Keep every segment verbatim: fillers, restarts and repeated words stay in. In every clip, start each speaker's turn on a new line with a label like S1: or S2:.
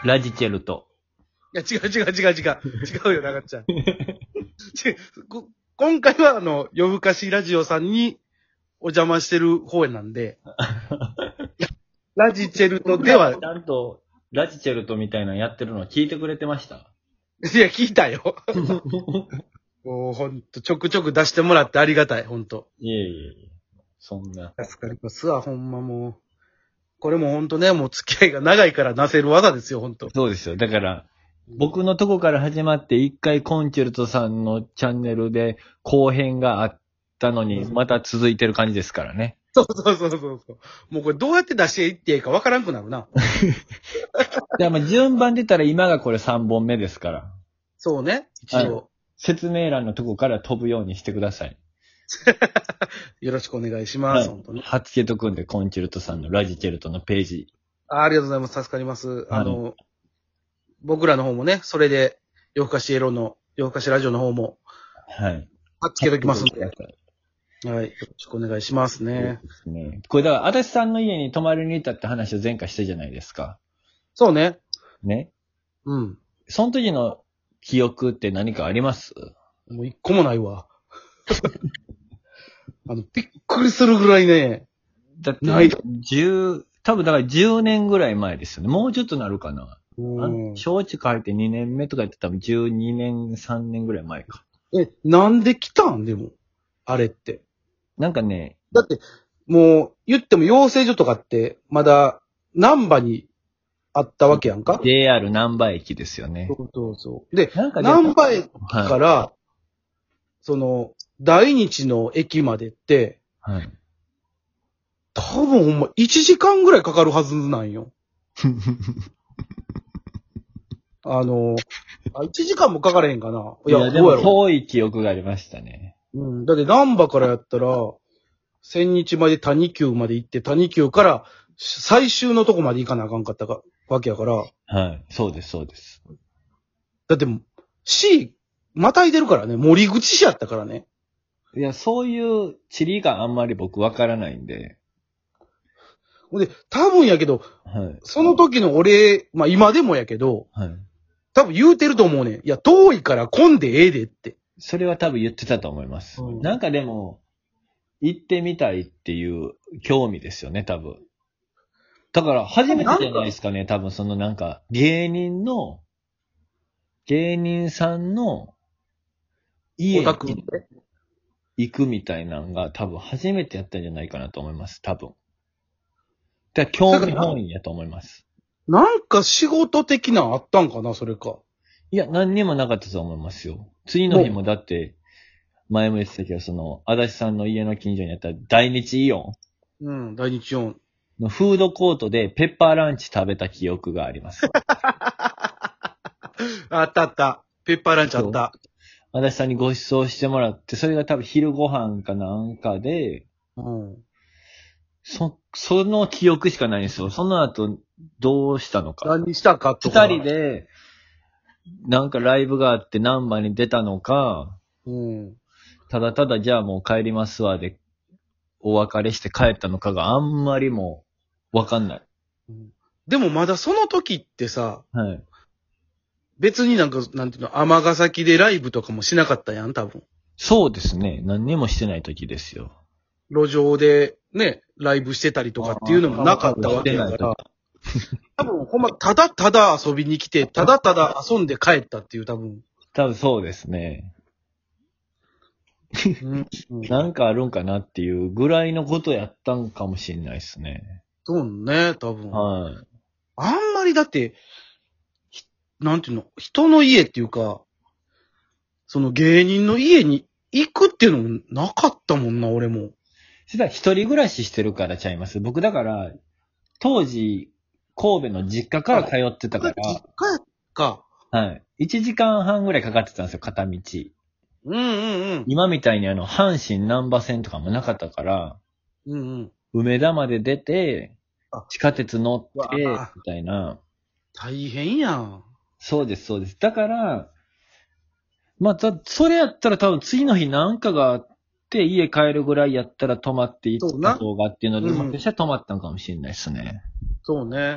S1: ラジチェルト。
S2: いや、違う違う違う違う。違うよ、長っちゃん。違うこ今回は、あの、夜更かしラジオさんにお邪魔してる方なんで、ラジチェルトでは、
S1: ちゃんと、ラジチェルトみたいなのやってるの聞いてくれてました？
S2: いや、聞いたよ。もうほんと、ちょくちょく出してもらってありがたい、ほんと。
S1: いえいえいえ。そんな。
S2: 助かりますわ、ほんまもう。これもほんとね、もう付き合いが長いからなせる技ですよ、ほんと。
S1: そうですよ。だから、僕のとこから始まって一回コンチェルトさんのチャンネルで後編があったのに、また続いてる感じですからね。
S2: そうそうそうそうそう。もうこれどうやって出していっていいかわからんくなるな。
S1: じゃあまあ順番で言ったら今がこれさんぼんめですから。
S2: そうね、一
S1: はい
S2: 応。
S1: 説明欄のとこから飛ぶようにしてください。
S2: よろしくお願いします、
S1: はい
S2: 本当に。
S1: 貼っつけとくんで、コンチェルトさんのラジチェルトのページ。
S2: あありがとうございます。助かります。
S1: はい
S2: あの、僕らの方もね、それで、夜更かしエロの、夜更かしラジオの方も、
S1: はい。
S2: 貼っつけときますんで。
S1: 貼っつけといてください
S2: はい。よろしくお願いしますね。
S1: ですね。これだから、足立さんの家に泊まりに行ったって話を前回したじゃないですか。
S2: そうね。
S1: ね。
S2: うん。
S1: その時の記憶って何かあります？
S2: もう一個もないわ。あの、びっくりするぐらいね。
S1: だって、
S2: ない
S1: 十、多分だからじゅうねんぐらい前ですよね。もうちょっとなるかな。
S2: うん。
S1: 小中帰ってにねんめとか言って多分じゅうにねん、さんねんぐらい前か。
S2: え、なんで来たんでも。あれって。
S1: なんかね、
S2: だって、もう、言っても養成所とかって、まだ、難波にあったわけやんか。
S1: ジェイアール 難波駅ですよね。
S2: そうそうそう。で、
S1: なんかでも
S2: 難波駅
S1: はい。
S2: から、その、大日の駅までって、
S1: はい。
S2: 多分ほんまいちじかんぐらいかかるはずなんよ。あの、あ、いちじかんもかからへんかな。いや、
S1: いや、でも
S2: どうやろ
S1: 遠い記憶がありましたね。
S2: う。うん。だって難波からやったら、千日まで谷急まで行って、谷急から最終のとこまで行かなあかんかったか、わけやから。
S1: はい。そうです、そうです。
S2: だって、C、またいでるからね。森口市やったからね。
S1: いや、そういう地理があんまり僕わからないんで。
S2: ほんで、多分やけど、
S1: はい。
S2: その時の俺、まあ今でもやけど、
S1: はい。
S2: 多分言うてると思うねん。いや、遠いから混んでええでって。
S1: それは多分言ってたと思います。
S2: うん
S1: なんかでも、行ってみたいっていう興味ですよね、多分。だから初めてじゃないですかね、多分そのなんか芸人の、芸人さんの家
S2: オタク
S1: に行くみたいなのが多分初めてやったんじゃないかなと思います、多分。だから興味本位やと思います。
S2: なんか仕事的なあったんかな、それか。
S1: いや、何にもなかったと思いますよ。次の日もだって、前も言ってたけど、その、足立さんの家の近所にあった大日イオン
S2: うん、大日音。
S1: のフードコートでペッパーランチ食べた記憶があります。
S2: あったあった。ペッパーランチあった。
S1: 足立さんにご馳走してもらって、それが多分昼ご飯かなんかで、
S2: うん。
S1: そ、その記憶しかないんですよ。その後、どうしたのか。
S2: 何したかとか。
S1: 二人で、なんかライブがあって難波に出たのか、
S2: うん。
S1: ただただじゃあもう帰りますわで、お別れして帰ったのかがあんまりもう、わかんない。
S2: でもまだその時ってさ、
S1: はい。
S2: 別になんか、なんていうの、尼崎でライブとかもしなかったやん、多分。
S1: そうですね。何にもしてない時ですよ。
S2: 路上でね、ライブしてたりとかっていうのもなかったわけやから。多分、ほんま、ただただ遊びに来て、ただただ遊んで帰ったっていう多分。
S1: 多分そうですね。
S2: うん。
S1: なんかあるんかなっていうぐらいのことやったんかもしれないですね。
S2: そうね、多分。
S1: はい。
S2: あんまりだって、ひなんていうの、人の家っていうか、その芸人の家に行くっていうのもなかったもんな、俺も。
S1: それは一人暮らししてるからちゃいます。僕だから、当時、神戸の実家から通ってたか
S2: 実家やか。
S1: ら、はい。いちじかんはんぐらいかかってたんですよ、片道。
S2: うんうんうん。
S1: 今みたいにあの、阪神南波線とかもなかったから、
S2: うんうん。
S1: 梅田まで出て
S2: あ、
S1: 地下鉄乗って、
S2: うわ
S1: みたいな。
S2: 大変やん。
S1: そうです、そうです。だから、まあ、たそれやったら多分次の日なんかがあって家帰るぐらいやったら泊まっていった方がっていうので、
S2: そうな
S1: まあ、私は泊まったのかもしれないですね。
S2: そうね。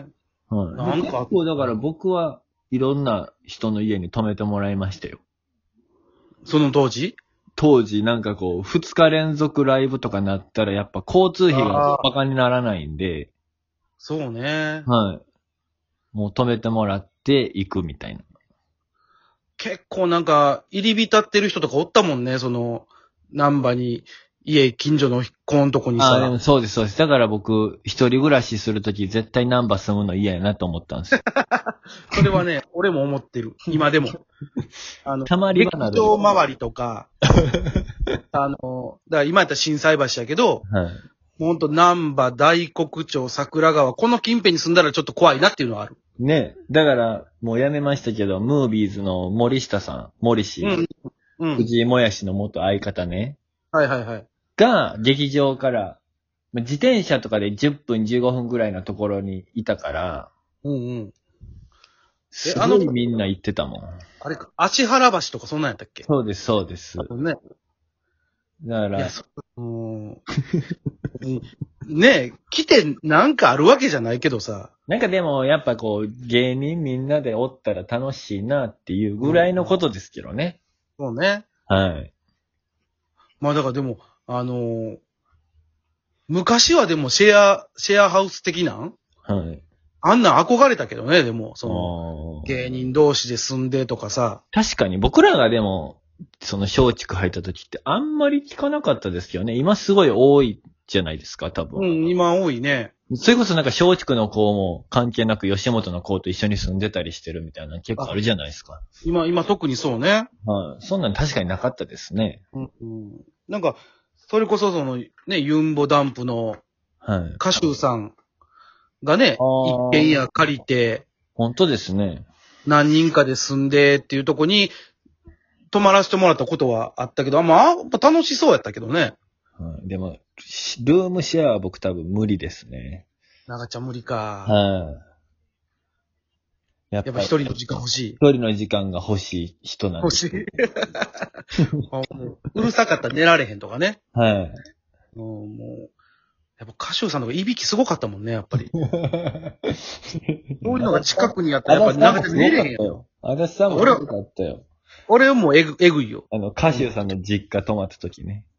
S1: はい。
S2: なんか
S1: 結構だから僕はいろんな人の家に泊めてもらいましたよ。
S2: その当時
S1: 当時なんかこう、二日連続ライブとかなったらやっぱ交通費がバカにならないんで、
S2: そうね。
S1: はい。もう泊めてもらって行くみたいな。
S2: 結構なんか、入り浸ってる人とかおったもんね、その、難波に、家、近所のこのとこに
S1: ああ、でも
S2: さ。
S1: そうです、そうです。だから僕、一人暮らしするとき絶対ナンバー住むの嫌やなと思ったんですよ。
S2: それはね、俺も思ってる。今でも。あの、
S1: たまり
S2: 劇
S1: 場なる。
S2: 場周りとか、あの、だから今やったら心斎橋やけど、
S1: はい。
S2: ほんと、難波、大黒町、桜川、この近辺に住んだらちょっと怖いなっていうのはある。
S1: ね。だから、もうやめましたけど、ムービーズの森下さん、森氏、
S2: うん。うん。
S1: 藤井もやしの元相方ね、
S2: はいはいはい。
S1: が、劇場から、まあ自転車とかでじゅっぷん、じゅうごふんぐらいのところにいたから、
S2: うんうん。え
S1: す
S2: あの
S1: ごいみんな行ってたもん。
S2: あれか、足原橋とかそんなんやったっけ？
S1: そうです、そうです。だか
S2: ね。いや、
S1: ら、
S2: そ、うーん。うんねえ、来てなんかあるわけじゃないけどさ。
S1: なんかでも、やっぱこう、芸人みんなでおったら楽しいなっていうぐらいのことですけどね。
S2: そうね。
S1: はい。
S2: まあだからでも、あのー昔はでもシェア、シェアハウス的なん
S1: はい。
S2: あんなん憧れたけどね、でも、その、
S1: あー
S2: 芸人同士で住んでとかさ。
S1: 確かに僕らがでも、その松竹入った時ってあんまり聞かなかったですけどね。今すごい多いじゃないですか、多
S2: う
S1: 分。
S2: ん、今多いね。
S1: それこそなんか松竹の子も関係なく吉本の子と一緒に住んでたりしてるみたいな結構あるじゃないですか。
S2: 今、今特にそうね。
S1: はい。そんなん確かになかったですね。
S2: うん、うん。なんか、それこそその、ね、ユンボダンプの
S1: はい。
S2: 歌手さんがね、
S1: あー
S2: 一軒家借りて、
S1: 本当ですね。
S2: 何人かで住んでっていうとこに、泊まらせてもらったことはあったけど、あまあ、やっぱ楽しそうやったけどね。
S1: はい、でも、しルームシェアは僕多分無理ですね。
S2: 長ちゃん無理か。
S1: はい。やっぱ
S2: やっぱ一人の時間欲しい。
S1: 一人の時間が欲しい人なんです。
S2: 欲しい。あもううるさかったら寝られへんとかね。
S1: はい。
S2: もう、もうやっぱ歌手さんとかいびきすごかったもんね、やっぱり。そういうのが近くにあったらやっぱ長ちゃん寝れへんやん。
S1: あだしさんもすごかったよ。
S2: 俺はもうえぐ、えぐいよ。
S1: あの、歌手さんの実家泊まった時ね。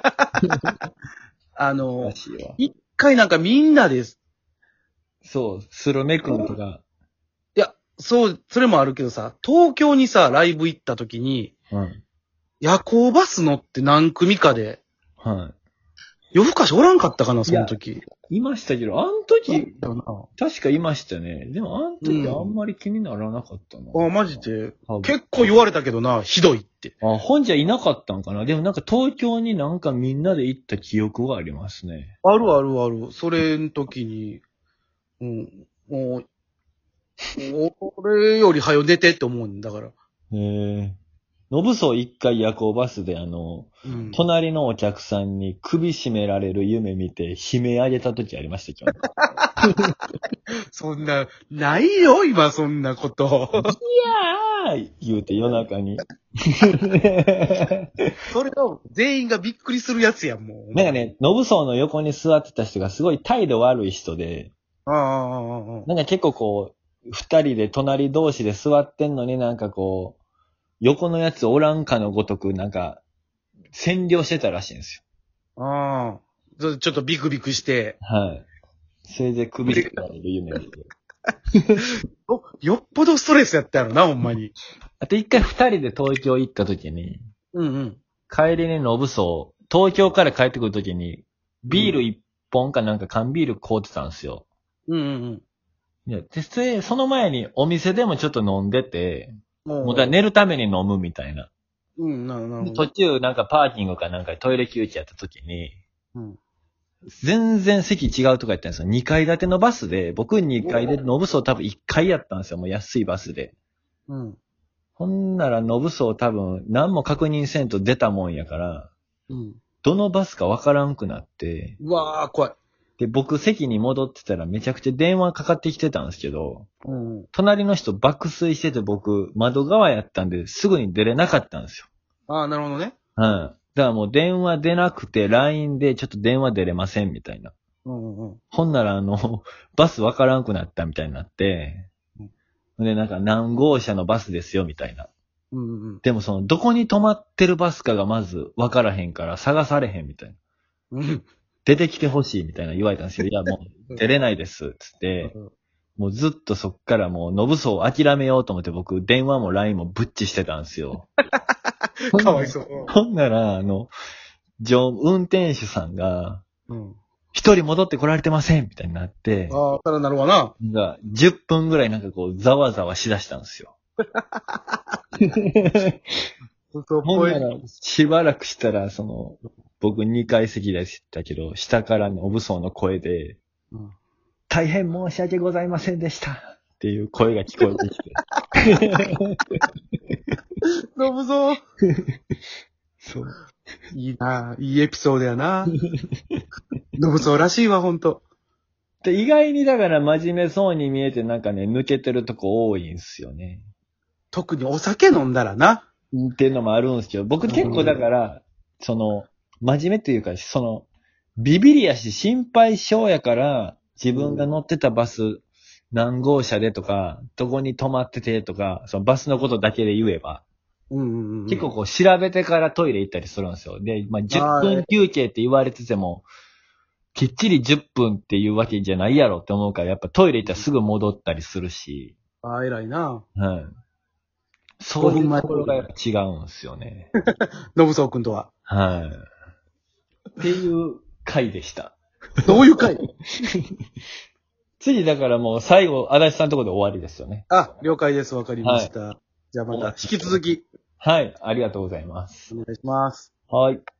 S2: あの
S1: 歌、手は。
S2: 一回なんかみんなで、い
S1: そう、スルメ君とか。
S2: や、そう、それもあるけどさ、東京にさ、ライブ行った時に、
S1: うん。
S2: 夜行バス乗って何組かで、
S1: はい。
S2: 夜更かしおらんかったかな、その時。
S1: いましたけど、あの時、
S2: だよな。
S1: 確かいましたね。でも、あの時
S2: うん
S1: あんまり気にならなかったな。
S2: あ、マジで。
S1: 多分
S2: 結構言われたけどな、ひどいって。
S1: あ、本じゃいなかったんかな。でもなんか東京になんかみんなで行った記憶がありますね。
S2: あるあるある。それん時に、うん、もう、俺より早よ寝てって思うんだから。
S1: へえ。のぶそう一回夜行バスであの、
S2: うん。
S1: 隣のお客さんに首絞められる夢見て悲鳴上げた時ありましたけど。
S2: そんな、ないよ、今そんなこと。
S1: いやー言うて夜中に。
S2: それを全員がびっくりするやつやん、もう。
S1: なんかね、のぶそうの横に座ってた人がすごい態度悪い人で、
S2: ああ、ああ、ああ。
S1: なんか結構こう、二人で隣同士で座ってんのになんかこう、横のやつおらんかのごとくなんか、占領してたらしいんです
S2: ああ。ちょちょっとビクビクして。
S1: よ。はい。それで首絞められる夢見て。
S2: お、よっぽどストレスやったやろな、ほんまに。
S1: あと一回二人で東京行った時に、
S2: うんうん。
S1: 帰りにのぶそう、東京から帰ってくる時に、ビール一本かなんか缶ビール買うてたんですよ。
S2: うんうん
S1: いや、で、それその前にお店でもちょっと飲んでて、
S2: うん。も
S1: もうだから寝るために飲むみたいな。
S2: うん、なるなるほど。
S1: 途中なんかパーキングかなんかトイレ休憩やった時に、
S2: うん。
S1: 全然席違うとかやったんですよ。にかい建てのバスで、僕にかいで、のぶそう多分いっかいやったんですよ。もう安いバスで。
S2: うん。
S1: ほんならのぶそう多分何も確認せんと出たもんやから、
S2: うん。
S1: どのバスかわからんくなって、
S2: うわー、怖い。
S1: で、僕席に戻ってたらめちゃくちゃ電話かかってきてたんですけど、
S2: うん。
S1: 隣の人爆睡してて僕窓側やったんですぐに出れなかったんですよ。
S2: ああ、なるほどね。
S1: はい。だからもう電話出なくて ライン でちょっと電話出れませんみたいな。
S2: うんうんうん。
S1: ほんならあの、バスわからんくなったみたいになって、で、なんか何号車のバスですよみたいな。
S2: うんうん
S1: でもその、どこに止まってるバスかがまずわからへんから探されへんみたいな。
S2: うん。
S1: 出てきてほしいみたいな言われたんですよ。いや、もう出れないです、つって。もうずっとそっからもう、ノブソを諦めようと思って僕、電話も ライン もブッチしてたんですよ。
S2: かわいそう。
S1: ほんなら、あの、乗運転手さんが、
S2: うん。
S1: 一人戻って来られてませんみたいになって、
S2: ああ、ただなるわな。
S1: がじゅっぷんぐらいなんかこう、ざわざわしだしたんですよ。
S2: そうっぽい。
S1: ほんなら、しばらくしたら、その、僕にかい席でしたけど、下からのお武装の声で、
S2: うん
S1: 大変申し訳ございませんでしたっていう声が聞こえてきて。
S2: 飲むぞ。
S1: そう。
S2: いいな、いいエピソードやな。飲むぞらしいわ、ほんと。
S1: で、意外にだから真面目そうに見えてなんかね、抜けてるとこ多いんすよね。
S2: 特にお酒飲んだらな。
S1: っていうのもあるんですけど、僕結構だから、その、真面目っていうか、その、ビビりやし心配性やから、自分が乗ってたバス、何号車でとか、どこに止まっててとか、そのバスのことだけで言えば、
S2: うんうんうん。
S1: 結構こう調べてからトイレ行ったりするんですよ。で、まあ、じゅっぷん休憩って言われてても、きっちりじゅっぷんっていうわけじゃないやろって思うから、やっぱトイレ行ったらすぐ戻ったりするし、
S2: ああ、偉いな。
S1: はい。そういうところがやっぱ違うんですよね。
S2: ノブソウ君とは。
S1: はい。っていう回でした。
S2: どういう回？
S1: 次だからもう最後、足立さんのところで終わりですよね。
S2: あ、了解です。わかりました。じゃあまた引き続き
S1: はい。ありがとうございます。
S2: お願いします。
S1: はい。